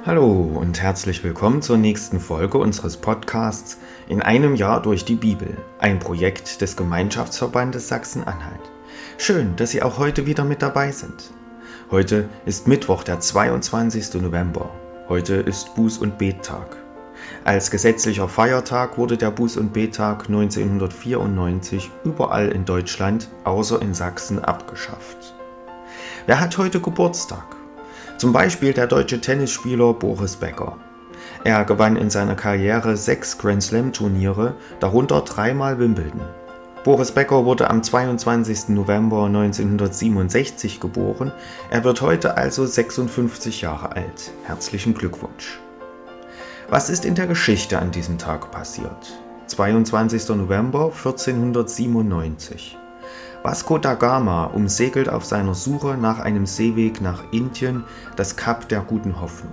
Hallo und herzlich willkommen zur nächsten Folge unseres Podcasts In einem Jahr durch die Bibel, ein Projekt des Gemeinschaftsverbandes Sachsen-Anhalt. Schön, dass Sie auch heute wieder mit dabei sind. Heute ist Mittwoch, der 22. November. Heute ist Buß- und Bettag. Als gesetzlicher Feiertag wurde der Buß- und Bettag 1994 überall in Deutschland, außer in Sachsen, abgeschafft. Wer hat heute Geburtstag? Zum Beispiel der deutsche Tennisspieler Boris Becker. Er gewann in seiner Karriere 6 Grand-Slam-Turniere, darunter 3-mal Wimbledon. Boris Becker wurde am 22. November 1967 geboren. Er wird heute also 56 Jahre alt. Herzlichen Glückwunsch. Was ist in der Geschichte an diesem Tag passiert? 22. November 1497. Vasco da Gama umsegelt auf seiner Suche nach einem Seeweg nach Indien das Kap der Guten Hoffnung.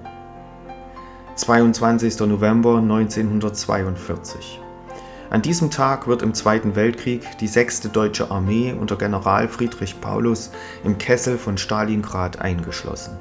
22. November 1942. An diesem Tag wird im Zweiten Weltkrieg die 6. Deutsche Armee unter General Friedrich Paulus im Kessel von Stalingrad eingeschlossen.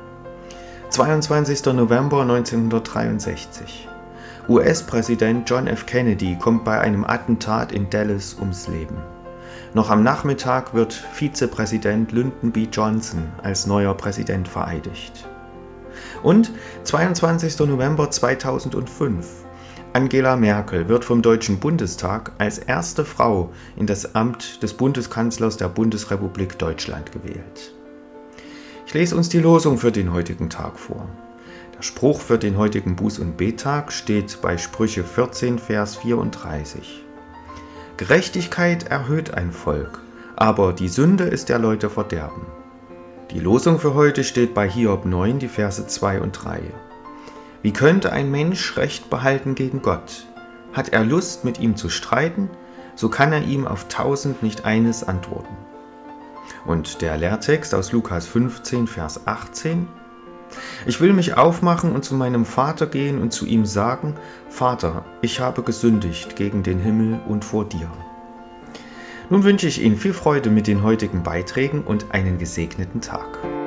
22. November 1963. US-Präsident John F. Kennedy kommt bei einem Attentat in Dallas ums Leben. Noch am Nachmittag wird Vizepräsident Lyndon B. Johnson als neuer Präsident vereidigt. Und 22. November 2005. Angela Merkel wird vom Deutschen Bundestag als erste Frau in das Amt des Bundeskanzlers der Bundesrepublik Deutschland gewählt. Ich lese uns die Losung für den heutigen Tag vor. Der Spruch für den heutigen Buß- und Bettag steht bei Sprüche 14, Vers 34. Gerechtigkeit erhöht ein Volk, aber die Sünde ist der Leute Verderben. Die Losung für heute steht bei Hiob 9, die Verse 2 und 3. Wie könnte ein Mensch Recht behalten gegen Gott? Hat er Lust, mit ihm zu streiten, so kann er ihm auf 1000 nicht eines antworten. Und der Lehrtext aus Lukas 15, Vers 18. Ich will mich aufmachen und zu meinem Vater gehen und zu ihm sagen, Vater, ich habe gesündigt gegen den Himmel und vor dir. Nun wünsche ich Ihnen viel Freude mit den heutigen Beiträgen und einen gesegneten Tag.